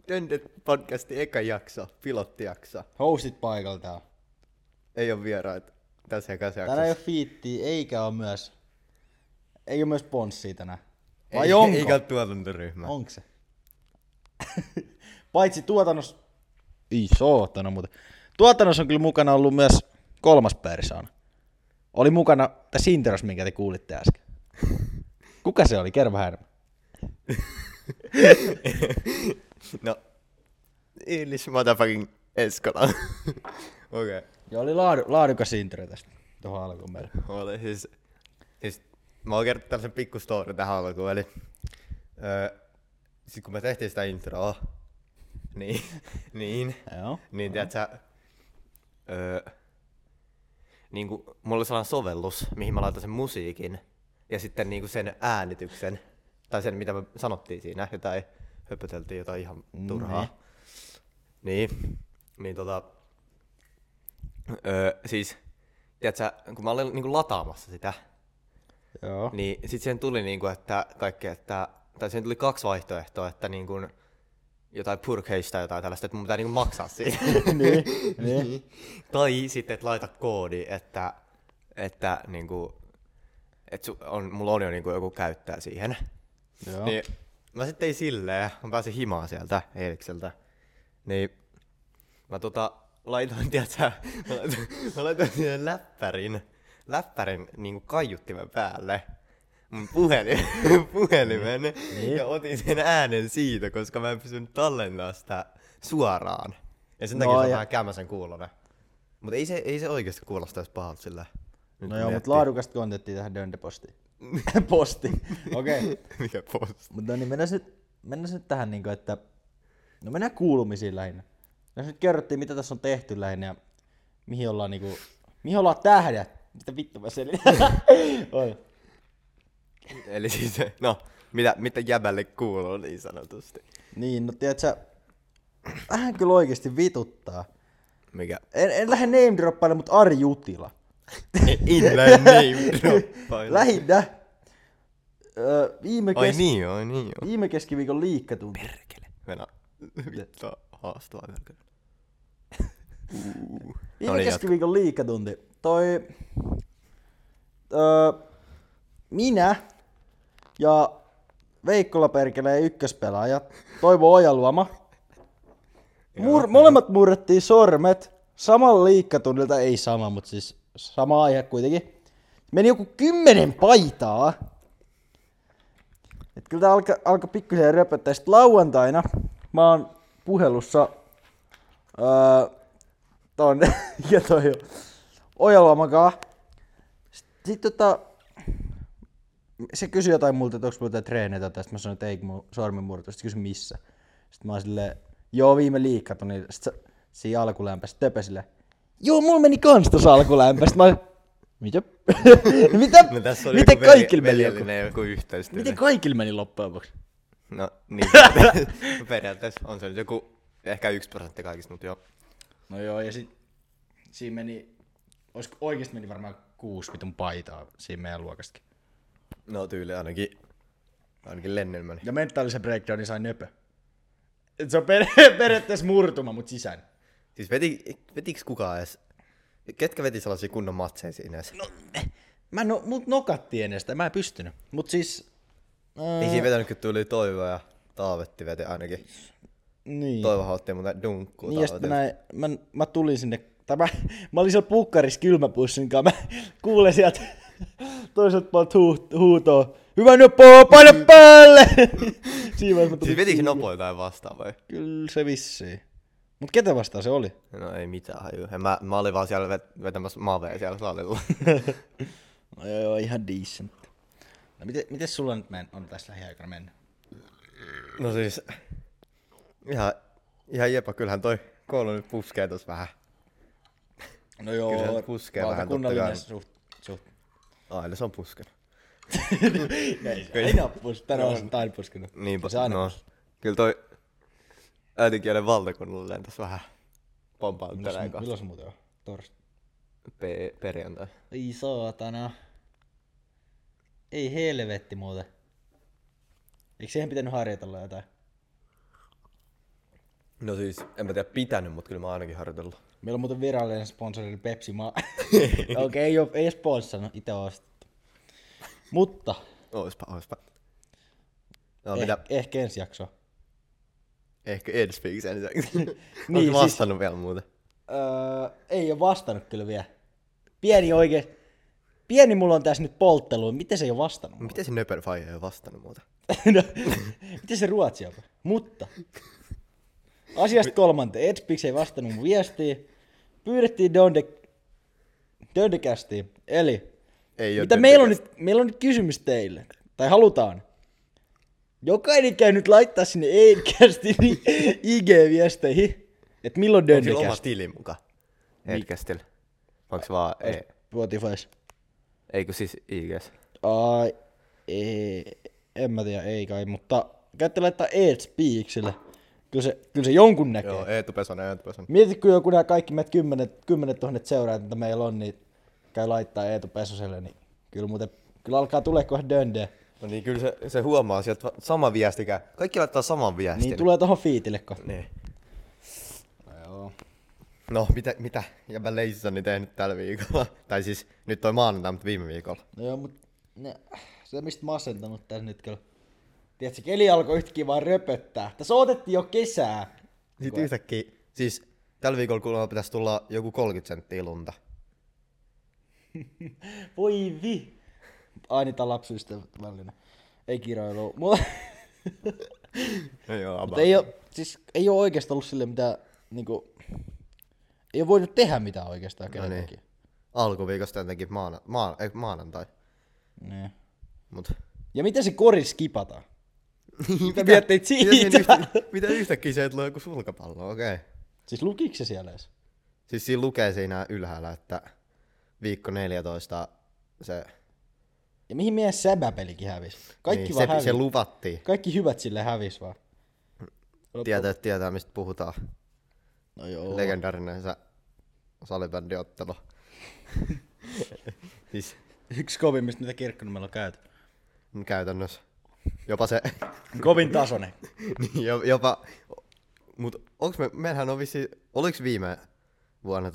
Döndet podcastin eka jakso, pilottijakso. Hostit paikaltaan. Ei oo vieraita tässä ekassa Tänään ei jaksossa. oo fiittiä, eikä oo myös... Ei oo myös ponssia tänään. Vai onko? Eikä oo tuotantoryhmää. Onko se? Paitsi tuotannossa... Isootana muuten. Tuotannossa on kyllä mukana ollut myös kolmas persoona. Oli mukana tässä introssa, minkä te kuulitte äsken. Kuka se oli? Kerro vähän. No, Illis motherfucking Eskola. Okei. Okay. Ja oli laadukas intro tästä tuohon alkuun meille. Oli siis mä oon kertonut tällaisen pikku story tähän alkuun, eli sit kun me tehtiin sitä introa, niin tiiätsä, niinku, mulla oli sellainen sovellus, mihin mä laitan sen musiikin, ja sitten niinku sen äänityksen, tai sen mitä me sanottiin siinä, jotain höpöteltiin jotain ihan turhaa. Niin siis, tiiätsä, kun mä olin niinku lataamassa sitä, Joo. niin sit siihen tuli niinku, että tai siihen tuli kaksi vaihtoehtoa, että niinku jotain purkeista tai jotain tällaista, että mun pitää niinku maksaa siitä. niin. Tai sitten, että laita koodi, että niinku, mulla on jo niinku joku käyttää siihen. Joo. Niin mä sitten tein silleen, mä pääsin himaan sieltä Eelikseltä. Niin mä laitoin, tiiätsä, mä laitoin siihen läppärin niinku kaiuttimen päälle mun puhelimen ja otin sen äänen siitä, koska mä en pystynyt tallentamaan sitä suoraan. Ja sen takia se on vähän kämmäsen kuulonen. Mutta ei se oikeesti kuulosta edes pahalta sillä. No joo, mutta laadukasta kontenttia tähän Dönde-postiin. Posti. Okei. Okay. Mikä posti? Mutta niin mennään nyt tähän niinku, että... No mennään kuulumisiin lähinnä. Jos nyt kerrottiin, mitä tässä on tehty lähinnä ja mihin ollaan niinku... Mihin ollaan tähdät? Mitä vittu mä selitän? Eli siis, no, mitä jäbälle kuuluu niin sanotusti. Niin, no tiedätkö, vähän kyllä oikeesti vituttaa. Mikä? En lähde name droppaille, mutta Ari Jutila. En lähde name droppaille. Lähinnä. Viime keskiviikon liikkatunti. Perkele. Venä. Vittua haastaa perkele. Viime keskiviikon liikkatunti. Minä ja Veikkola perkeleen ykköspelaaja Toivo Ojaluoma. Molemmat murrettiin sormet samalla liikkatunnilta, ei sama, mutta siis sama aihe kuitenkin. Meni joku 10 paitaa. Et kyllä tää alkoi pikkusen röpöttää. Sitten lauantaina mä oon puhelussa Ojaluomakaan. Sitten se kysyi jotain multa, että onko mulla jotain treeneitä tästä. Mä sanoin, että ei, kun mun sormen murtu. Sitten kysyi missä. Sitten mä oon silleen, joo viime liikkatunnilla. Sitten siinä alkulämpässä töpö silleen, joo mulla meni kans tossa alkulämpässä. Mä olin, mitä? Miten kaikilla meni joku yhteistyö? Miten kaikilla meni loppujen lopuksi? No niin, periaatteessa on se nyt joku ehkä 1% kaikista, mutta joo. No joo, ja siinä meni, oikeesti meni varmaan 6 vitun paitaa siinä meidän luokastakin. No tyyli ainakin Lennel meni. Ja mentaalisen breakdownin sai nöpö. Et se on periaatteessa murtuma, mut sisään. Siis vetiks kukaan edes? Ketkä veti sellaisia kunnon matseja siinä edes? No, mut nokattiin ennen sitä, mä en pystynyt. Mut siis... Ei siinä vetänyt, kun tuli Toivo ja Taavetti veti ainakin. Niin. Toivohan otti muuten dunkkuu. Niin ja sitten mä tulin sinne, tai mä olin siellä pukkarissa kylmäpussin kanssa, mä kuulen sieltä toiselta puolelta huutoa, hyvä nopo, paina päälle! Siis vetikö nopo jotain vastaan vai? Kyllä se vissiin. Mut ketä vastaan se oli? No ei mitään hajua. Mä olin vaan siellä vetämässä mavea siellä salilla. No joo, ihan decent. No miten sulla nyt on tässä lähiaikana mennyt? No siis, ihan jepa, kyllähän toi koulu nyt puskee tossa vähän. No joo, kyllähän puskee vähän totta kai. Suht. Aina se on puskenut. Ei aina puskenut, tänä on aina puskenut. Niinpä, no. Kyllä toi äidinkielen valtakunnalla lentäs vähän pompaan tänään kanssa. Milloin se muuten on? Torstai? Perjantai. Ei saatana. Ei helvetti muuten. Eikö siihen pitänyt harjoitella jotain? No siis, en mä tiedä pitänyt, mutta kyllä mä oon ainakin harjoitellut. Meillä on muuten virallinen sponsori Pepsi Okei, ei sponssannut, itse ostettu. Mutta Oispa. No, mitä? ehkä ensi jaksoa. Ehkä ensi viikossa sen lisäksi. Niin, Oletko vastannut vielä muuten? Ei ole vastannut kyllä vielä. Pieni mulla on tässä nyt polttelu. Miten se ei ole vastannut? Miten se Nöperfaija ei ole vastannut muuten? No, miten se ruotsi on? Mutta asiasta kolmanteen. Edspix ei vastannut mun viestiin. Pyydettiin Dondecastiin. Eli Ei mitä meillä on nyt kysymys teille. Tai halutaan. Jokainen käy nyt laittaa sinne Eidcastin IG-viesteihin. Että milloin Onko sillä oma Dondecast? tili mukaan? Eidcastilla. Onko se vaan Spotifys. Eikö siis IGS? Ai, en mä tiedä, ei kai, mutta käytte laittaa Edspeaksille. Kyllä se jonkun näkee. Joo, Eetu Pesonen. Mieti, kun joku nämä kaikki meitä 10 000 seuraajat, mitä meillä on, niin käy laittaa Eetu Pesoselle, niin kyllä alkaa tulee kohdassa döndee. No niin, kyllä se huomaa sieltä sama viestikään. Kaikki laittaa saman viestin. Niin tulee tohon fiitille kohta. Niin. No joo. No, mitä jäbä Leisoni tehnyt tällä viikolla? Tai siis, nyt toi maanantai, mutta viime viikolla. No joo, mut se mistä masentanut tässä nyt kyllä. Tiedätkö, keli alkoi yhtäkkiä vaan röpöttää. Tässä odotettiin jo kesää. Sitten yhtäkkiä, siis tällä viikolla kuulemma pitäisi tulla joku 30 senttiä lunta. Voi vi. Ainita lapsuystävällinen. Ei kiroilu. No joo, Mutta ei oo oikeastaan ollut silleen mitään niinku. Ei oo voinut tehdä mitään oikeastaan kenelläkin. niin. Alkuviikosta jotenkin maanantai. Niin. Mut. Ja miten se kori skipataan? Mitä mietteet siitä? Mitä yhtäkkiä se, että tulee joku sulkapallo, okei. Okay. Siis lukiko se siellä edes? Siis siinä lukee siinä ylhäällä, että viikko 14 se. Ja mihin meidän säbäpelikin hävisi? Kaikki niin, vaan hävisi. se luvattiin. Kaikki hyvät sille hävis vaan. Tietää mistä puhutaan. No joo. Legendaarinen salibändiottelu. Siis Yksi kovimmista, mitä Kirkkonummella on käyty. käytännössä. Jopa se. Kovin tasoinen. Niin, jopa. Mut meillähän on vissi. Oliks viime vuonna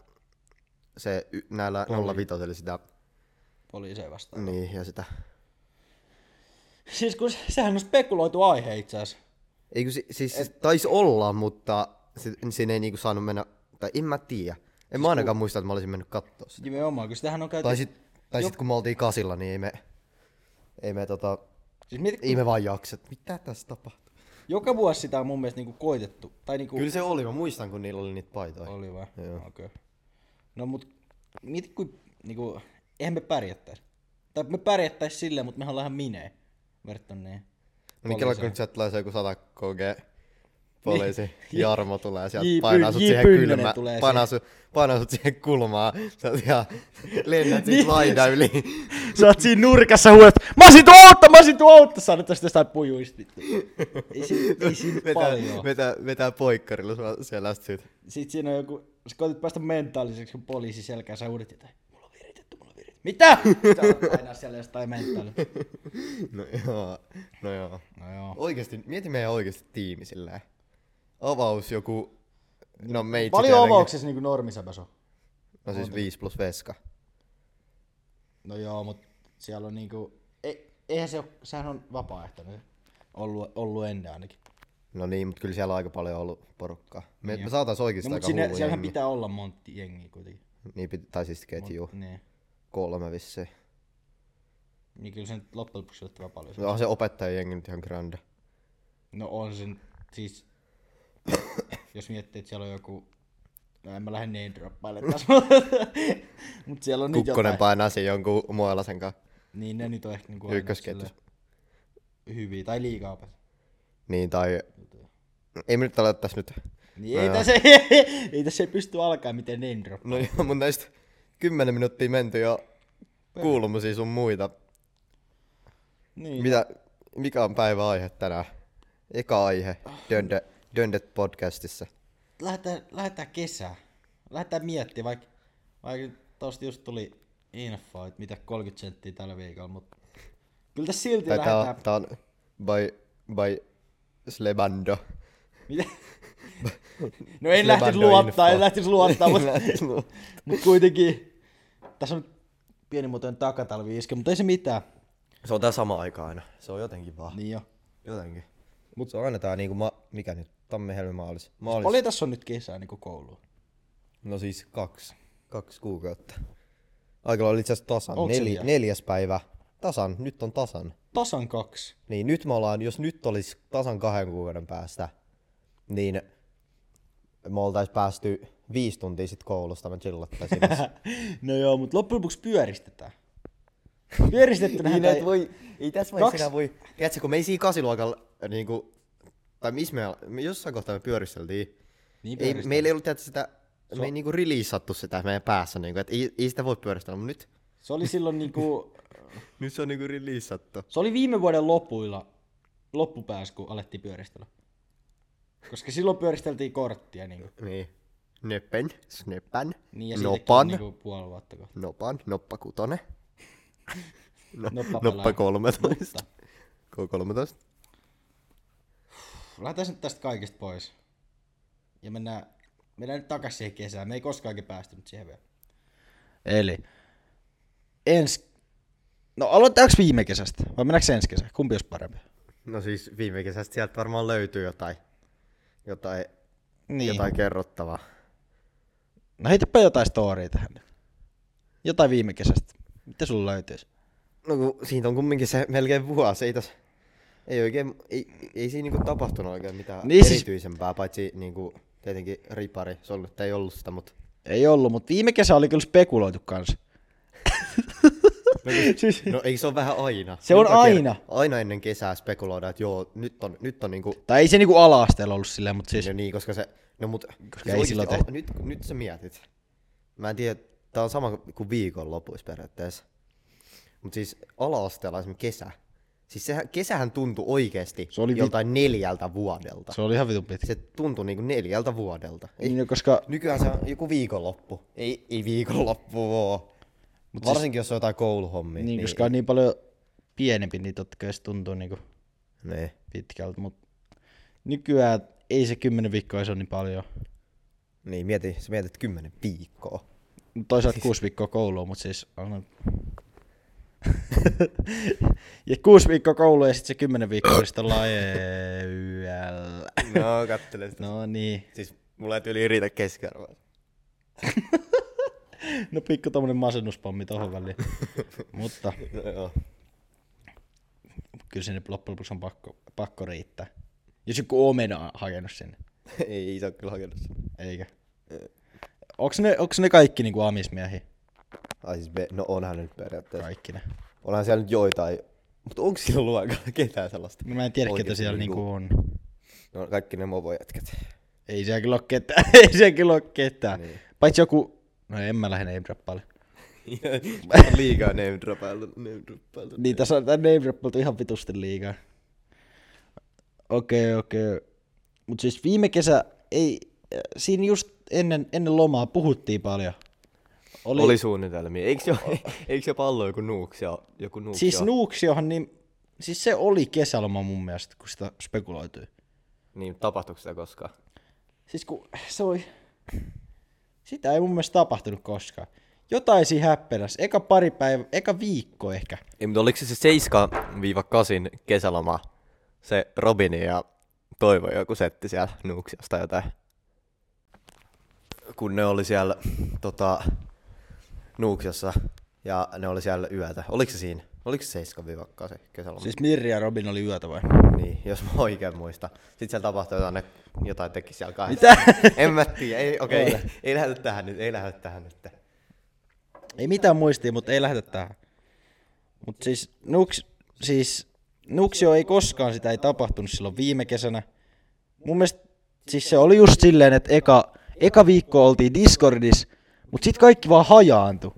näillä 05 eli sitä. Poliiseja vastaan. Niin, ja sitä. Siis kun sehän on spekuloitu aihe itse asiassa. Eikö siis taisi olla, mutta siinä ei niinku saanut mennä. Tai en mä tiedä. En mä ainakaan muista, että mä olisin mennyt kattoo sitä. Nimenomaan, kun sitähän on käyty. Tai sit kun me oltiin kasilla, niin ei me vaan jakset. Mitä tässä tapahtuu? Joka vuosi sitä on mun mielestä niinku koitettu. Tai niinku. Kyllä se oli, mä muistan kun niillä oli niitä paitoja. Oli vai? Joo. Okay. No mut mieti kun niinku, eihän me pärjättäis. Tai me pärjättäis silleen, mut mehän ollaan ihan mineen. Verrattuna niin. No niin kello kun sieltä tulee se joku 100 kg poliisi, Jarmo tulee sieltä, J. painaa sut siihen Pynnönen kylmään, tulee painaa sut siihen kulmaan, sä oot ihan lennät siitä laidan yli. Sä oot siinä nurkassa huudat, mä oon tuu auttaa, saanut tästä jostain pujuista. Ei siinä paljon. Vetää poikkarilla siellä sit. Sitten siinä on joku, sä koetit päästä mentaaliseksi, kun poliisi selkää, sä huudat jotain. Mulla on viritetty. Mitä? Sä oot painaa siellä jostain mentaalia. No joo. Oikeesti, Mieti meidän oikeesti tiimi silleen. Avaus joku, no meitsi paljon tietenkin. avauksessa niinku normisäpäs on? No siis 5 plus veska. No joo, mut siellä on niinku, eihän se oo, sehän on vapaaehtoinen ollut ennen ainakin. No niin, mutta kyllä siellä on aika paljon ollut porukkaa. Me Niin saatais oikeesti no, aika mutta hullu siellähän jengi. pitää olla montti jengiä kuitenkin. Niin, tai siis ketju. Niin. 3 vissiin. Niin kyllä se nyt loppujen lopuksi yllättävän paljon. No on se opettajajengi nyt ihan grande. No on se siis, jos miettii, että siellä on joku, no en mä lähde name droppailemaan taas, mut siellä on nyt Kukkonen jotain. painaa siinä jonkun Moelasen kanssa. Niin ne nyt on ehkä niinku aina Ykkösketjus. hyviä, tai liigaa opet. Niin, tai ei me nyt aloittaisi nyt. Niin No ei tässä ei pysty alkaa miten name drop. No joo, mun näistä 10 minuuttia menty jo kuulumisia sun muita. Niin. Mikä on päivän aihe tänään? Eka aihe Döndet podcastissa. Lähdetään kesään. Lähdetään miettimään, vaikka tosta just tuli info, että mitä 30 senttiä tällä viikolla, mutta kyllä tässä silti lähdetään. Tää on by Slebando. Mitä? No en lähtis luottaa, mutta kuitenkin. Tässä on pienimuotoinen takatalvi-iske, mutta ei se mitään. Se on tää sama aika aina. Se on jotenkin vaan. Niin jo. Jotenkin. Mut se on aina tää niinku mikä nyt? Tammi, helmi, maalis. Paljon tässä on nyt kesää niinku kouluun? No siis 2 kuukautta. Aikalla oli itse asiassa tasan. Onks se 4. päivä. Tasan, nyt on tasan. Tasan 2. Niin nyt me ollaan, jos nyt olisi tasan 2 kuukauden päästä, niin me oltais päästy 5 tuntia sit koulusta, me chillattaisiin. No joo, mut loppujen lopuksi pyöristetään. Pyöristettynähän niin, voi, ei tässä vaiheessa enää voi. Tiedätkö, kun me ei siinä 8-luokalla niinku, tai missä me jossain kohtaa me pyöristeltiin. Niin meillä ei ollut tiedätkö, sitä, me ei niinku releasattu sitä meidän päässä, niinku, että ei sitä voi pyöristellä, mutta nyt. Se oli silloin niinku. Nyt se on niinku releasattu. Se oli viime vuoden loppupäässä, kun alettiin pyöristellä. Koska silloin pyöristeltiin korttia niinku. Niin. Nöppen, snöppän, niin, ja nopan, niinku puoli vuotta. nopan, noppa 6. Noppa 13. K13. Lähdetään nyt tästä kaikesta pois. Ja mennään nyt takas siihen kesään. Me ei koskaan päästy nyt siihen vielä. Eli no aloitetaanko viime kesästä? Vai mennäänkö ensi kesä? Kumpi olisi parempi? No siis viime kesästä sieltä varmaan löytyy jotain Niin. jotain kerrottavaa. No heitäpä jotain storya tähän. Jotain viime kesästä. Mitä sulla löytyisi? No kun siitä on kumminkin se melkein vuosi, ei siinä niinku tapahtunut oikein mitään niin erityisempää, paitsi niinku tietenkin ripari, se on nyt ei ollut sitä, mutta. Ei ollut, mutta viime kesä oli kyllä spekuloitu kanssa. No eikö se ole vähän aina? Se on aina. Aina ennen kesää spekuloidaan, että joo, nyt on niinku. Tai ei se niinku ala-asteella ollut silleen, mutta siis. No niin, koska se, no mut. Koska ei silloin tehty. Nyt sä mietit. Mä en tiedä, tää on sama kuin viikonlopuissa periaatteessa. Mut siis ala-asteella esimerkiksi kesä. Siis kesähän tuntui oikeesti joltain 4 vuodelta. Se oli ihan vitun pitkä. Se tuntui niinku 4 vuodelta. Niin, koska. Nykyään se on joku viikonloppu. Ei viikonloppu oo. Mut varsinkin jos on jotain kouluhommia. Niin, koska on niin paljon pienempi, niin totta kai se tuntuu niinku pitkältä. Mut nykyään ei se 10 viikkoa se on niin paljon. Niin, sä mietit 10 viikkoa. Toisaalta siis 6 viikkoa koulua, mutta siis on. Ja 6 viikkoa koulua ja sitten se 10 viikkoa oli sitten yöllä. No, kattele sitä. No niin. Siis mulla ei tyyli riitä keskiarvoa. No pikku tommonen masennuspommi tohon väliin. Mutta. No, joo. Kyllä sinne loppujen lopuksi on pakko riittää. Jos joku omena on hakenut sinne. Ei se ole kyllä hakenut sinne. Eikä. Onks ne kaikki niinku amismiehiä? Ai siis no onhan ne nyt periaatteessa. Kaikki ne. Onhan siellä nyt joitain, mutta onko siellä luokalla ketään sellaista? No mä en tiedä, ketä siellä niinku on. No kaikki ne movojätkät. Ei siellä kyllä oo ketään. Ei siellä kyllä oo ketään. Niin. Paitsi joku. No en mä lähde name droppaille. Liikaa name droppailtu. Niin tässä on tää name droppailtu ihan vitusti liikaa. Okei. Mut siis viime kesä ei. Siinä just ennen lomaa puhuttiin paljon. Oli suunnitelmia. Eikö se pallo joku Nuuksio? Siis Nuuksiohan niin. Siis se oli kesäloma mun mielestä, kun sitä spekuloitui. Niin, tapahtuiko sitä koskaan? Siis kun se oli. Sitä ei mun mielestä tapahtunut koskaan. Jotain siinä häppenässä. Eka viikko ehkä. Ei, mutta oliko se 7-8 kesäloma? Se Robini ja Toivo joku setti siellä Nuuksiosta jotain. Kun ne oli siellä Nuuksiossa ja ne oli siellä yötä. Oliko se siinä? Oliko se 7-8 kesäloma? Siis Mirri ja Robin oli yötä vai? Niin, jos mä oikein muista. Sitten siellä tapahtui jotain teki siellä kai. Mitä? En mä tiedä. Ei lähdetä tähän nyt. Ei mitään muistia, mutta ei lähdetä tähän. Mut siis Nuuksio ei koskaan sitä ei tapahtunut silloin viime kesänä. Mun mielestä siis se oli just silleen, että eka viikko oltiin Discordissa, mut sit kaikki vaan hajaantui.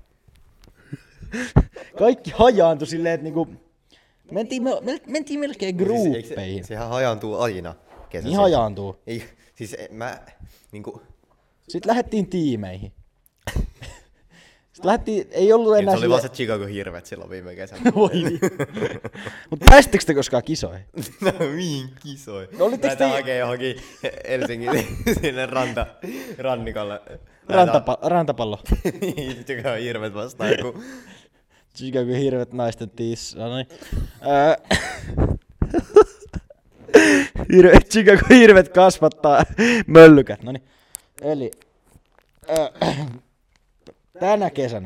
Kaikki hajaantui silleen, että niinku mentiin melkein gruuppeihin. Sehän hajaantuu aina kesässä. Niin hajaantuu. Ei, siis mä niinku. Sitten lähdettiin tiimeihin. Lähti, ei ollut enää Se oli vaan se Chicago Hirvet silloin viime kesänä. Mutta pääsittekö te koskaan kisoihin? No mihin kisoi? No, olitteko Näitä te- hakee johonkin Helsingin sinne rannikalle. Rantapallo. Niin, Chicago Hirvet vastaan joku. Chicago Hirvet naisten tiissa. No niin. Chicago Hirvet kasvattaa möllykät. No niin. Eli tänä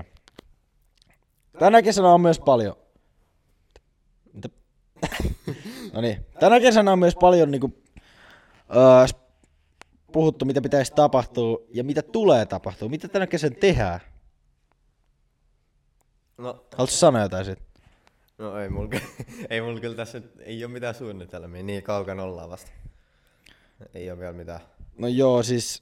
kesänä on myös paljon. Mitä? No niin. Tänä kesänä on myös paljon niinku puhuttu, mitä pitäisi tapahtua ja mitä tulee tapahtua. Mitä tänä kesän tehdään? No, Haluatko sanoa jotain siitä? no ei mulla kyllä tässä nyt, ei oo mitään suunnitelmia, niin kaukana ollaan vasta. Ei oo vielä mitään. No joo, siis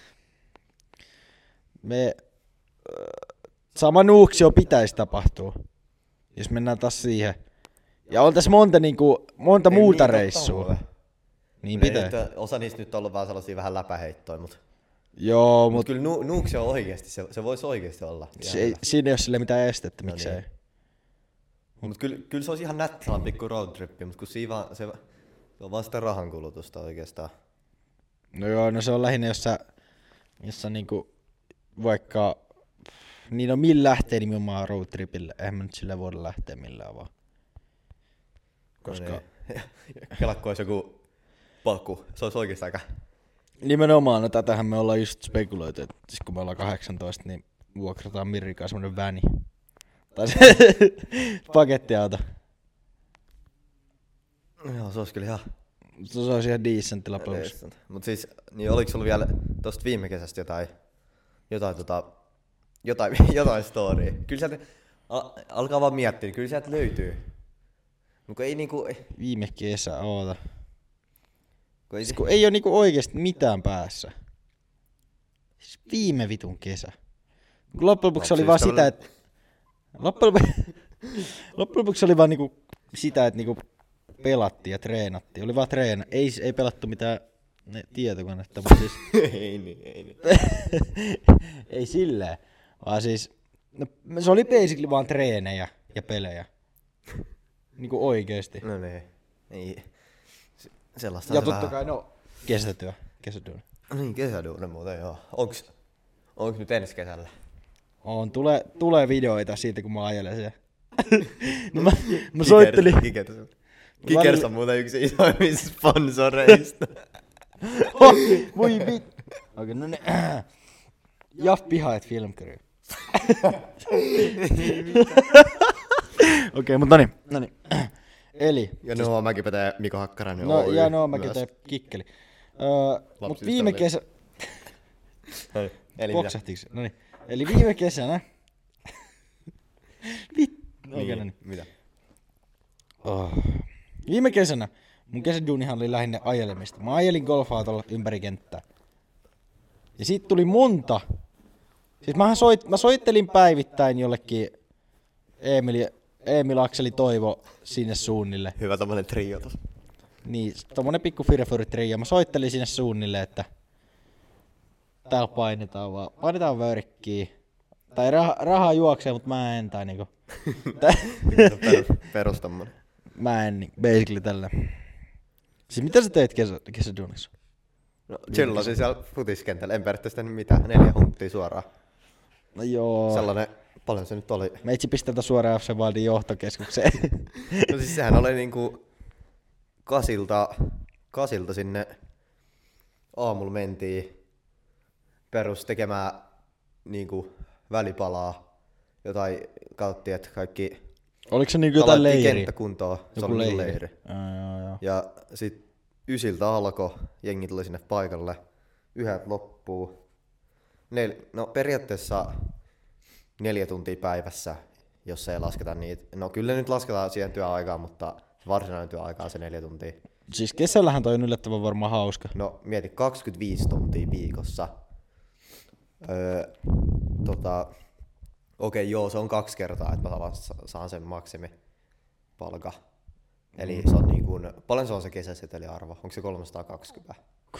sama Nuuksio pitäisi tapahtua, jos mennään taas siihen. Ja on tässä monta muuta niin, reissua. totta Niin mulle. pitää. Osa niistä nyt on ollut vaan sellaisia vähän läpäheittoja, mutta Joo, mut mutta kyllä Nuuksio on oikeesti, se voisi oikeesti olla. siinä ei ole sille mitään estettä, No miksei. niin. Mut kyllä se olisi ihan nätti sellainen pikku roadtrippi, mutta kun siinä vaan, se on vaan sitä rahankulutusta oikeastaan. No joo, no se on lähinnä, jos sä niinku vaikka, niin no millä lähtee nimenomaan roadtripille, eihän mä nyt sillä voida lähteä millään vaan. Koska No niin. Kelakko olisi joku paku, se olisi oikeastaan aika. nimenomaan, no tätähän me ollaan just spekuloitu, että siis kun me ollaan 18, niin vuokrataan Mirrikaan semmonen väni. Tai se pakettiauto. Joo, se olisi kyllä ihan. Se olisi ihan decent loppujen. Mut siis, niin oliko sulla vielä tosta viime kesästä jotain storya? Kyllä sieltä alkaa vaan miettiä, kyllä sieltä löytyy. Mutta ei niinku, Viime kesä, oota. kun ei, Siis kun ei oo niinku oikeesti mitään päässä. Siis viime vitun kesä. Kun loppujen lopuksi oli vaan sitä, että loppujen lopuksi oli vaan niinku sitä, että niinku pelattiin ja treenattiin. Oli vaan ei pelattu mitään tietokonetta, mutta siis ei niin. ei silleen. Vaan siis no, se oli basically vaan treenejä ja pelejä. Niinku oikeesti. No niin, ei. Sellaista Ja se totta vähän. kai no kesätyö. Niin, kesäduuni muuten joo. Onks nyt ensi kesällä? Tulee videoita siitä, kun mä ajelen siellä. No mä soittelin. Kikers on muuten yksi isoimmista sponsoreista. Voi vittu. Okei, no niin. Jaff Pihaet Film Crew. Okei, mutta no niin. Eli. Ja Noa Mäkipetä ja Miko Hakkarainen. No, Oy ja Noa myös. Mäkipetä kikkeli. Mut viime kesä. Eli mitä? Poksahtiinko se? No niin. Eli viime kesänä. Oikein, Niin, mitä? Viime kesänä mun kesäduunihan oli lähinnä ajelemista. Mä ajelin golfautolla ympäri kenttää. Ja siitä tuli monta. Siis mä soittelin päivittäin jollekin Emil Akseli Toivo sinne suunnille. Hyvä tommonen trio tossa. Niin, tommonen pikku firfyritrio. Mä soittelin sinne suunnille, että täällä painetaan vörkkiä. Tai rahaa juoksee, mut mä en, tai niinku. Perus tommonen. Mä en, basically tällä. Siis mitä sä teit kesäduunissa? No, chillasin siellä futiskentällä, en periaatteessa tehnyt mitään. 4 hunttia suoraan. No joo. Sellainen, paljon se nyt oli. Meitsi pistetään suoraan FC Wildin johtokeskukseen. No siis sehän oli niinku kasilta sinne aamulla mentiin perus tekemään niinku välipalaa. Jotain katsottiin, että kaikki Oliko se niinku jotain alettiin leiriä? kenttäkuntoon. Se Joku oli niinku leiri. leiri. Joo. Ja sit 9 alkoi, jengi tuli sinne paikalle, 1 loppuu. No periaatteessa 4 tuntia päivässä, jos ei lasketa niitä. No kyllä nyt lasketaan siihen työaikaan, mutta varsinainen työaika on se 4 tuntia. Siis kesällähän toi on yllättävän varmaan hauska. No mieti 25 tuntia viikossa. Okei, joo, se on 2 kertaa, että mä saan sen maksimipalka. Eli se on niin kuin, paljon se on se kesäseteliarvo? Onko se 320?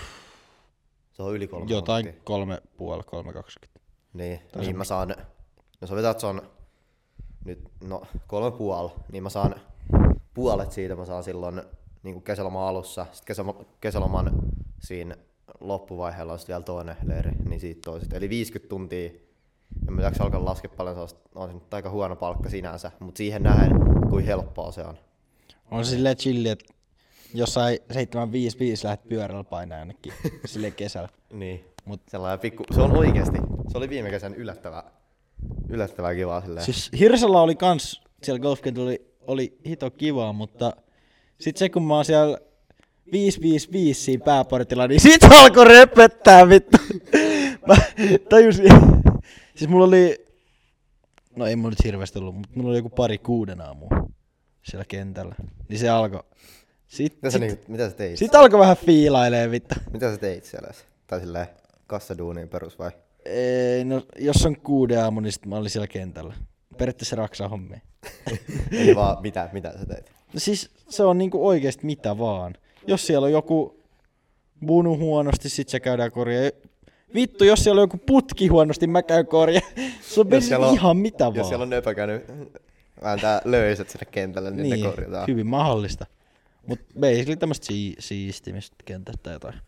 Se on yli 3. Jotain 3,5, 3,20. Niin mä saan No sä vetät, että se on nyt 3,5, niin mä saan puolet siitä mä saan silloin niin kesäloman alussa. Sitten kesäloman siinä loppuvaiheella on vielä toinen leiri, niin siitä toiset. Eli 50 tuntia. En mä tiedä, alkaa laskea paljon, on se nyt aika huono palkka sinänsä, mutta siihen nähen, kuin helppoa se on. On se silleen chilli, että jossain 7.55 lähdet pyörällä painaa jonnekin silleen kesällä. Niin, sellainen pikku, se on oikeesti, se oli viime kesän yllättävää kivaa silleen. Siis Hirsalla oli kans, siellä golfkentällä oli hito kivaa, mutta sit se kun mä oon siellä 555 siinä pääportilla, niin sit alkoi repettää vittu. Mä tajusin, siis mulla oli, no ei mulla nyt hirveästi ollut, mutta mulla oli joku 5:30 aamua siellä kentällä. Niin se alkoi. Mitä sä teit? Sit alkoi vähän fiilailee vittu. Mitä sä teit siellä? Tai silleen kassaduuniin perus vai? Ei, no jos on 6 aamu, niin sit mä olin siellä kentällä. Periaatteessa raksaa hommia. Ei vaan mitä sä teit? No siis se on niinku oikeesti mitä vaan. Jos siellä on joku bunu huonosti, sit se käydään korjaa. Vittu, jos siellä on joku putki huonosti, mä käyn korjaa. Se on ihan mitä vaan. Jos siellä on nöpä käynyt vääntää löysät sinne kentälle, niin ne korjataan. Hyvin mahdollista. Mut basically tämmöstä siistimistä kentästä tai jotain.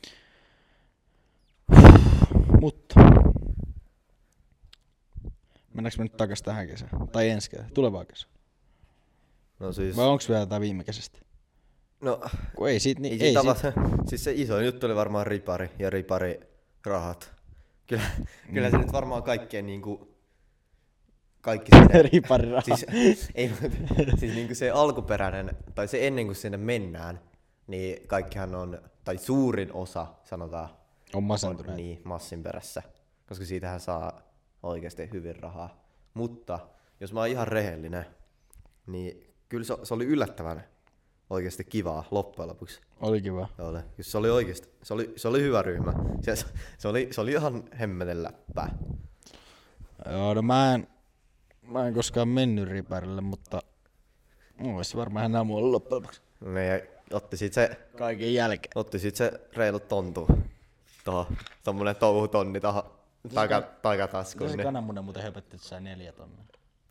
Mutta mennäänkö me nyt takas tähän kesään? Tai ensi kesään? Tulevaan kesään? No siis... Vai onks vielä jotain viime kesästä? No... Kun ei siitä... Niin, ei siis se iso juttu oli varmaan ripari ja riparirahat. Kyllä se nyt varmaan kaikkeen niinku... Kaikki sinne... Riparirahat. Siis niinku se alkuperäinen, tai se ennen kuin sinne mennään, niin kaikkihan on... Tai suurin osa, sanotaan... On masentuneet. Niin, massin perässä. Koska siitähän saa oikeasti hyvin rahaa. Mutta jos mä oon ihan rehellinen, niin kyllä se oli yllättävän oikeasti kivaa loppujen lopuksi. Oli kiva. Oli. Se oli oikeasti, se oli hyvä ryhmä. Se oli ihan hemmeten läppää. Joo, no mä en koskaan mennyt riparille, mutta olisi varmaan enää muualla loppujen lopuksi. Ne otti sit se... Kaiken jälkeen. Otti sit se reilut tontu. Tommonen touhutonni tohon takataskuun. Se kananmunen muuten höpötti, että sai 4 tonnia.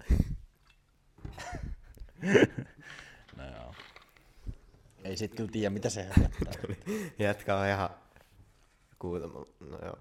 No joo. Ei sit kyllä tiedä mitä se höpöttää. Jätkä on ihan kuutama. No joo.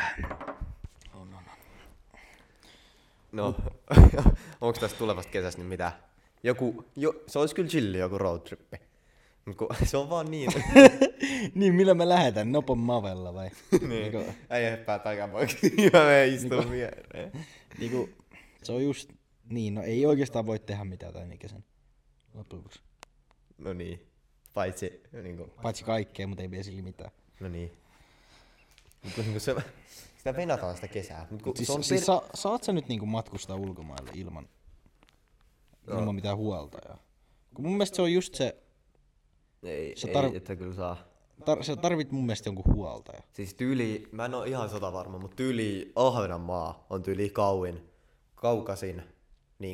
No. Onks tästä tulevasta kesästä niin mitä? Se olisi kyllä chilli joku roadtrippi. Se on vaan niin. Niin, millä me lähdetään? Nopon Mavella vai? Niin. Ei hyppää takapoiksi. Mä menen istuun viereen. Niinku, se on just niin, no ei oikeastaan voi tehdä mitään tämän ikäisen. Lopuksi. No niin. Paitsi niinku. Paitsi kaikkea, mutta ei vielä mitään. No niin. Mutta niinku sitä venataan sitä kesää. Siis saat sä nyt niinku matkustaa ulkomaille ilman mitään huolta? Ja... Kun mun mielestä se on just se... Ei, että kyllä saa. Sä tarvit mun mielestä jonkun huoltaja. Siis tyyli, mä en oo ihan sotavarma, mutta tyyli Ahvenanmaa on tyyli kaukaisin niin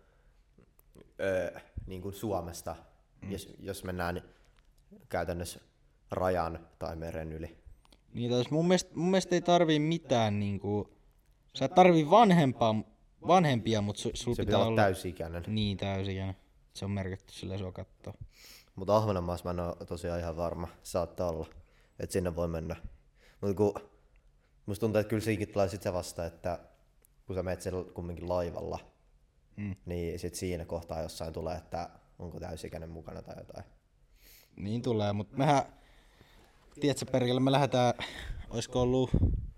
kuin Suomesta, jos mennään käytännössä rajan tai meren yli. Niin, mun mielestä ei tarvii mitään niinku... Sä et tarvii vanhempia, mutta sul pitää olla... täysi-ikäinen. Niin, täysi-ikäinen. Se on merkitty silleen sua kattoo. Mutta Ahvenanmaassa mä en oo tosiaan ihan varma. Saattaa olla, että sinne voi mennä. Mutta musta tuntuu, että kyllä siinkin tulee sit se vasta, että kun sä menet siellä kumminkin laivalla, niin sit siinä kohtaa jossain tulee, että onko täysikäinen mukana tai jotain. Niin tulee, mutta mehän, tiedätkö perkele, me lähdetään, olisiko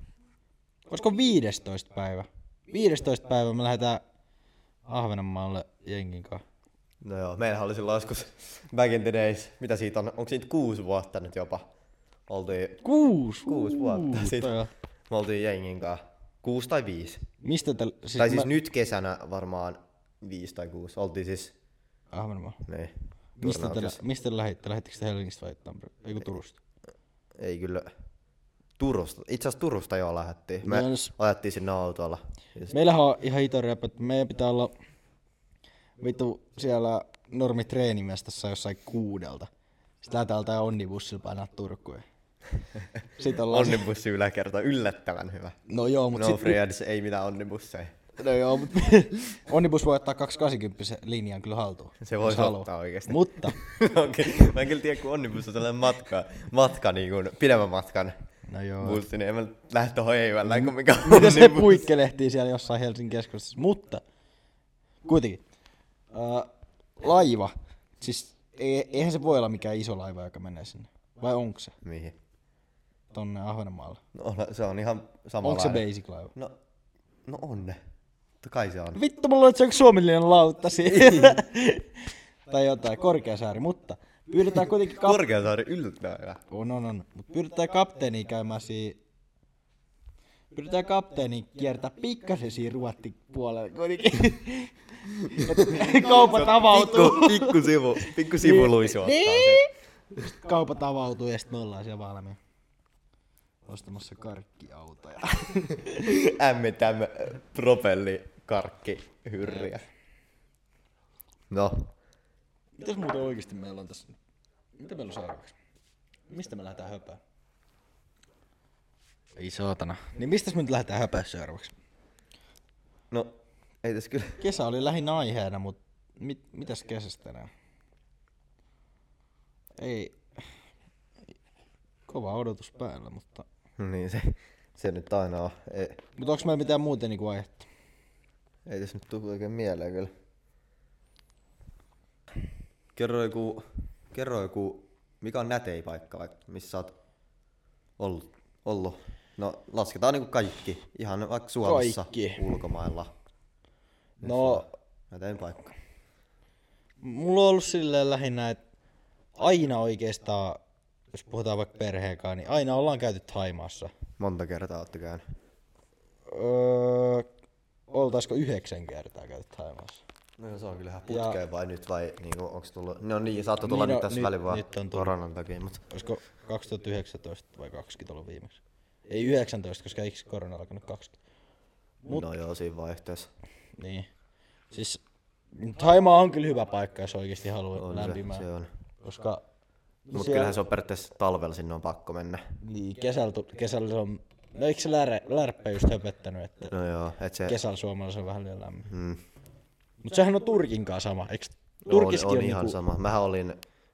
15. päivä? 15. päivä me lähdetään Ahvenanmaalle jenkin kanssa. No joo, meillähän oli silloin joskus back in the days, mitä siitä on, onko siitä 6 vuotta nyt jopa? Oltiin 6 vuotta sitten. Me oltiin jengin kanssa. 6 tai 5. Mistä siis nyt kesänä varmaan 5 tai 6. Oltiin siis... Ahvenanmaa. Niin. Mistä lähditte? Lähdittekö te Helsingistä vai Eikö Turusta? Ei kyllä. Turusta. Itse asiassa Turusta jo lähdettiin. Me ajettiin sinne autolla. Meillähän on ihan hito repä, että meidän pitää olla vittu siellä normitreenimestossa jossain 6. Sitten lähdetään tää onnibussilla painaa Turkuun. Onnibussi yläkerta, yllättävän hyvä. No joo, mutta no free ads, ei mitään onnibusseja. No joo, mutta Onnibus voi ottaa 280 linjan kyllä haltuun. Se voisi jos haluaa. ottaa oikeesti. Mutta, Okei, mä en kyllä tiedä, kun Onnibus on tällainen matka niin kuin pidemmän matkan no joo. bussi, niin en mä lähde tohon Eivällä, kun mikä Mitä se Onnibus. puikkelehtii siellä jossain Helsingin keskustassa. Mutta, kuitenkin, laiva, siis eihän se voi olla mikään iso laiva, joka menee sinne. Vai onko se? Mihin? Tonne Ahvenanmaalle. No, se on ihan samanlainen. Onko se basic laiva? No on ne. Totta kai se on. Vittu, mulla on se suomenlinjan lauttasi. Tai jotain, Korkeasaari, mutta pyydetään kuitenkin Korkeasaari yllättää hyvä. On. Mutta pyydetään kapteenia käymään Pyydetään kapteenia kiertää pikkasen siinä Ruotti-puolelle kuitenkin. Että kaupat avautuu. Pikku sivuluisu ottaa sen. Sitten kaupat avautuu ja sitten me ollaan siellä valmiin. Ostamassa karkkiautoja. M&M propellikarkkihyrriä. No, Mitäs muuten oikeesti meillä on tässä? Mitä meillä on seuraavaksi? Mistä me lähdetään höpään? Ei saatana. Niin mistäs me nyt lähdetään höpään seuraavaksi? no ei tässä kyllä. Kesä oli lähinnä aiheena, mutta mitäs kesästä enää? Ei. Kova odotus päällä, mutta... No niin, se nyt aina on. Mutta onks meillä mitään muuten niinku aihetta? Ei tässä nyt tule oikein mieleen kyllä. Kerro joku, mikä on nätei paikka, vaikka missä sä oot ollut. No lasketaan niinku kaikki, ihan vaikka Suomessa, Kaikki. ulkomailla. No, Nätein paikka. mulla on ollut silleen lähinnä, että aina oikeastaan, jos puhutaan vaikka perheenkaan, niin aina ollaan käyty Thaimaassa. Monta kertaa ootte käynyt. Oltaisko 9 kertaa käyty Thaimaassa? No se on kyllähän putkeen vai nyt vai niinku onks tullut? No niin, saattoi tulla Niin, nyt tässä välillä vaan nyt on tullut. koronan takia, mut Olisiko 2019 vai 20 ollut viimeksi? Ei 19, koska eikö korona alkanut 20? no joo, siinä vaihteessa. Niin. Siis Thaimaa on kyllä hyvä paikka, jos oikeesti haluaa On lämpimään. se on. Koska Mut kyllähän se on periaatteessa talvella sinne on pakko mennä. niin, kesällä se on... No eikö se lärppä just höpöttänyt, että No joo, et se... kesällä Suomella se on vähän liian lämmin. Mm. Mut sehän on Turkinkaan sama, eikö Turkiskin on ihan niinku... sama. Mähän olin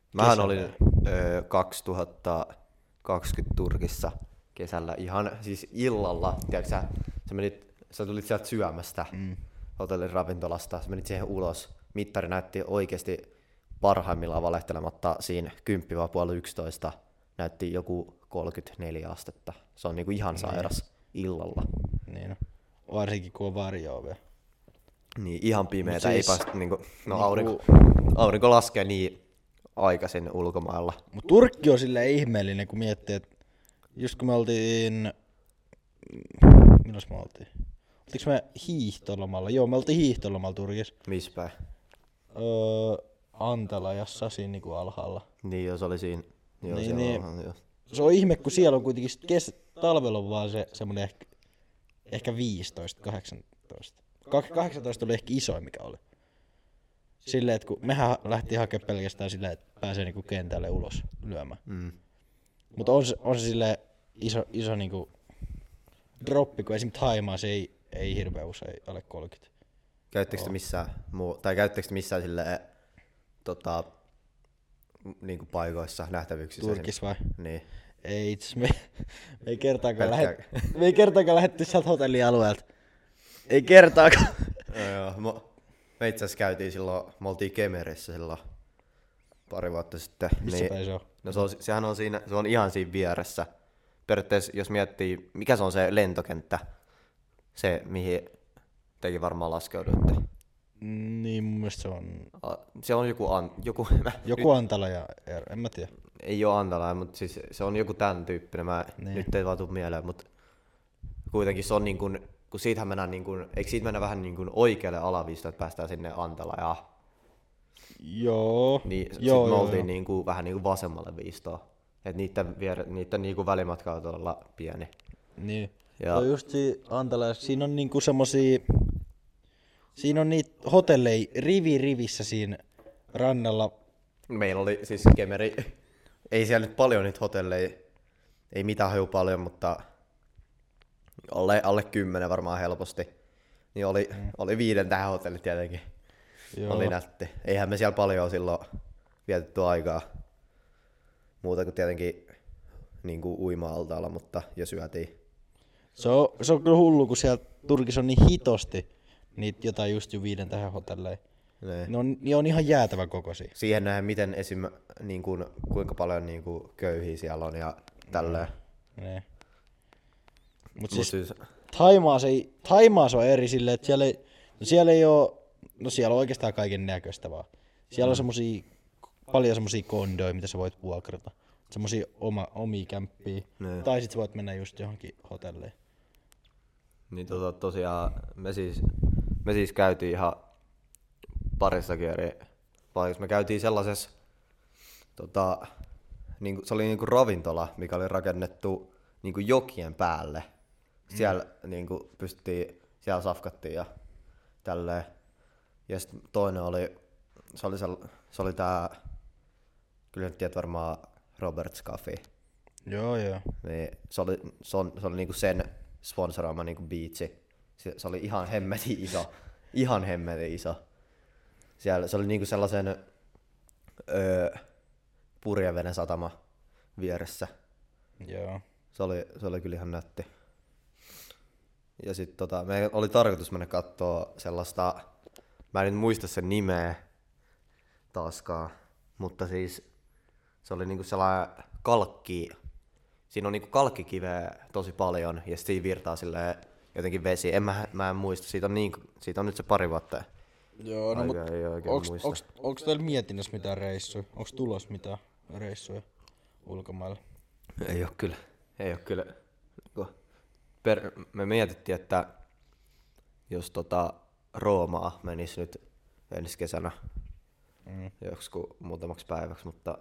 2020 Turkissa kesällä ihan siis illalla, tiedätkö sä tulit sieltä syömästä hotellin ravintolasta, sä menit siihen ulos, mittari näytti oikeesti parhaimmillaan valehtelematta siinä 10-11 näytti joku 34 astetta. Se on niinku ihan sairas illalla. Niin no. Varsinkin kun on varjoa vielä. Niin ihan pimeetä, Siis, ei päästä niinku, no aurinko laskee niin aikaisin ulkomailla. Mut Turkki on silleen ihmeellinen, kun miettii, että just kun me oltiin... Milloin me oltiin? Oltiinko me hiihtolomalla? Joo, me oltiin hiihtolomalla Turkissa. Missä päin? Antalajassa siinä niinku alhaalla. Niin jos oli siinä. Joo, Niin, siellä niin. on, joo. Se on ihme, kun siellä on kuitenkin talvella on vaan se semmonen ehkä 15, 18. 18 oli ehkä isoin mikä oli. Silleen, että kun mehän lähtiin hakemaan pelkästään silleen, että pääsee niinku kentälle ulos lyömään. Mm. Mutta on se silleen iso niinku droppi, kun esim. Thaimaa se ei hirveän usein alle 30. Käyttekö te missään käyttekö te missään silleen niinku paikoissa nähtävyyksissä? Turkissa vai? Niin. Ei itse me ei kertaakaan lähdetty sieltä hotellialueelta. Ei kertaakaan. Joo, me itse asiassa käytiin silloin, me oltiin Kemerissä silloin pari vuotta sitten. Missä päin se on? No sehän on siinä, se on ihan siinä vieressä. Periaatteessa jos miettii, mikä se on se lentokenttä, se mihin tekin varmaan laskeudutte. Niin mun mielestä se on Se on joku Antala ja en mä tiedä. ei oo Antala, mutta siis se on joku tän tyyppinen, Niin. nyt ei vaan tuu mieleen, mutta kuitenkin se on niin kuin, kun siitähän mennään niin kuin, eikö siitä mennä vähän niin kuin oikealle alaviistoon, että päästään sinne Antala ja Joo. niin joo, sit me oltiin joo. niin kuin, vähän niin kuin vasemmalle viistoon. Et niiden niin kuin välimatka on todella pieni. Niin. Ja- Ja just siinä Antala, siinä on niinku semmosia, siinä on niitä hotelleja rivissä siinä rannalla. Meillä oli siis Kemeri, ei siellä nyt paljon niitä hotelleja, ei mitään haju paljon, mutta alle 10 varmaan helposti. Niin oli 5 tähän hotelli tietenkin. Joo. Oli nätti. Eihän me siellä paljon silloin vietetty aikaa. Muuta kuin tietenkin niin kuin uima-altaalla, mutta jo syötiin. Se on kyllä hullu, kun siellä Turkissa on niin hitosti niitä jotain just jo 5 tähän hotelleja. Ne on ihan jäätävän kokoisia. Siihen nähdään, miten niin kuin, kuinka paljon niin kuin, köyhiä siellä on ja tälleen. Ne. Mut Mut siis Thaimaas on eri silleen, että siellä ei oo, no siellä on oikeastaan kaiken näköistä vaan. Siellä on paljon semmosia kondoja, mitä sä voit vuokrata. Semmosia omia kämppiä. Ne. Tai sit sä voit mennä just johonkin hotelleihin. Niin tosiaan me siis käytiin ihan parissakin eri paikassa. Me käytiin sellaisessa, niinku, se oli niinku ravintola, mikä oli rakennettu niinku jokien päälle. Siellä niinku siellä safkattiin ja tälleen. Ja sitten toinen oli, se oli tää, kyllä nyt tiedät varmaan Robert's Cafe. Joo. Niin se oli niinku sen sponsoroima niinku biitsi. Se oli ihan hemmetin iso. Ihan hemmetin iso. Siellä se oli niinku sellaisen purjeveden satama vieressä. Joo. Se oli kyllä ihan nätti. Ja sit meidän oli tarkoitus mennä kattoo sellaista, mä en nyt muista sen nimeä taaskaan, mutta siis se oli niinku sellainen siinä on niinku kalkkikiveä tosi paljon ja siinä virtaa silleen jotenkin vesi. Mä en muista, siitä on nyt se pari vuotta. Joo, no mut Ei oikein muista. onks teillä mietinnässä mitään reissuja? Onks tulos mitään reissuja ulkomaille? Ei oo kyllä. Me mietittiin, että jos Roomaa menisi nyt ensi kesänä joksikin muutamaksi päiväksi, mutta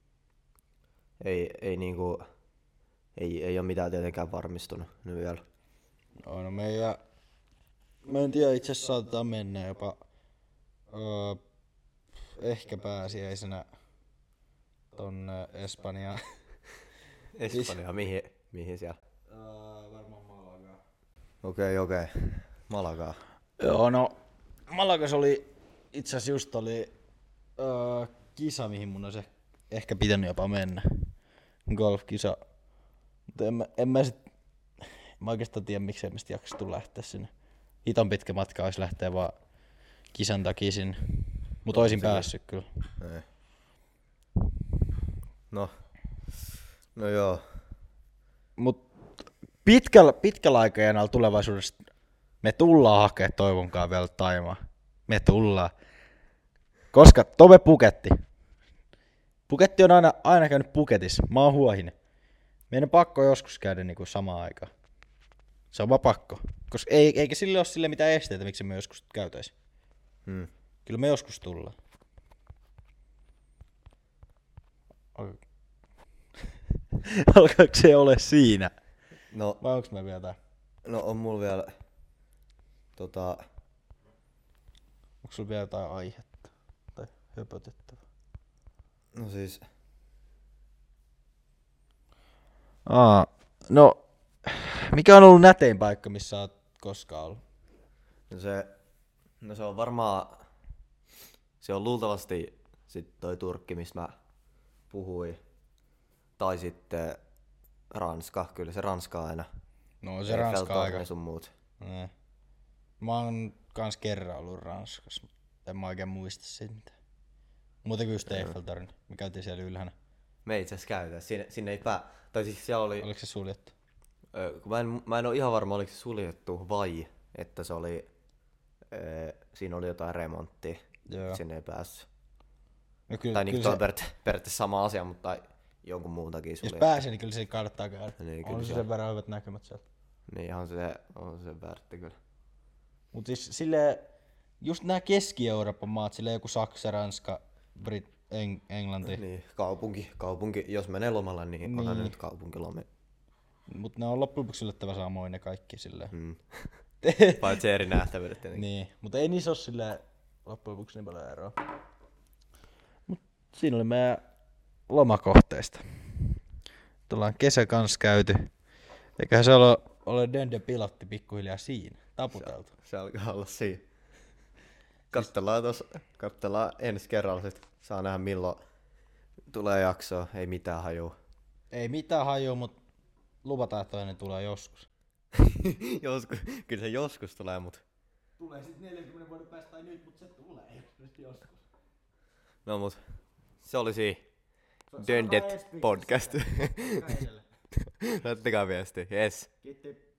ei ole mitään tietenkään varmistunut nyt vielä. No mä en tiedä, itse asiassa saatetaan mennä jopa ehkä pääsiäisenä tonne Espanjaan. Espanja, mihin siellä? Varmaan Malagaan. Okei. Malagaa. Joo, no Malagas oli itse asiassa just oli kisa, mihin mun olisi ehkä pitänyt jopa mennä. Golfkisa. Mutta mä oikeastaan tiedä, miksei mä sit jaksettu lähteä sinne. Hiton pitkä matka olisi lähteä vaan kisan takia sinne. Mut oisin päässyt kyllä. Ei. No joo. Mut pitkällä aikajänällä tulevaisuudessa me tullaan hakemaan toivonkaan vielä Taimaa. Me tullaan. Koska Tove Puketti. Puketti on aina käynyt Puketissa. Mä oon Huohinen. Meidän on pakko joskus käydä niinku samaan aikaan. Se on vaan pakko. Koska eikä sille ole sille mitään esteitä, miksi me joskus käytäisi. Kyllä me joskus tullaan. Alkaako se ole siinä? No, Vai onks me vielä tää? no on mulla vielä Onks sulla vielä jotain aihetta? Tai höpötettävää? no siis No, mikä on ollut nätein paikka, missä oot koskaan ollut? se on varmaan, se on luultavasti sit toi Turkki, mistä mä puhuin. Tai sitten Ranska, kyllä se Ranska aina. No se Ranska aika. Ja sun muut. Ne. Mä oon kans kerran ollut Ranskassa, mutta en mä oikein muista sitä. Muuten kuin just Eiffeltorni, me käytiin siellä ylhänä. Me itse asiassa käytetään, sinne ei tai siis siellä oli, Oliko se suljettu? mä en ole ihan varma oliko se suljettu vai että se oli, siinä oli jotain remonttia, Joo. sinne ei päässyt. No kyllä, Tai niin kyllä on periaatteessa sama asia, mutta jonkun muun takia jos suljettu. pääsee, niin kyllä se kannattaa käydä. Niin, On kyllä se se sen verran hyvät näkymät sieltä. Niin on se väärti kyllä. Mut siis silleen, just nää Keski-Euroopan maat, silleen joku Saksa, Ranska, Englanti. Niin, kaupunki, jos menee lomalla, niin onhan ne nyt kaupunkilomi. Mut ne on loppujen lopuksi yllättävän samoin ne kaikki silleen. Paitsi eri nähtävyydet tietenkin. Niin, mutta ei niissä oo silleen loppujen lopuksi niin paljon eroa. Mut siinä oli meidän lomakohteista. Ollaan kesä kans käyty. Eiköhän se ole Dende pilotti pikkuhiljaa siinä, taputeltu. Se alkaa olla siinä. Kattellaan ensi kerralla sit. Saa nähdä milloin tulee jaksoa, ei mitään hajua. Ei mitään hajua, mutta luvataan, että toinen tulee joskus. Joskus, kyllä se joskus tulee, mut... Tulee sit 40 vuoden päästä tai nyt, mutta se tulee joskus. No mut, se oli siinä Döndet podcast. Laittakaa viestiä, yes. Kiitti.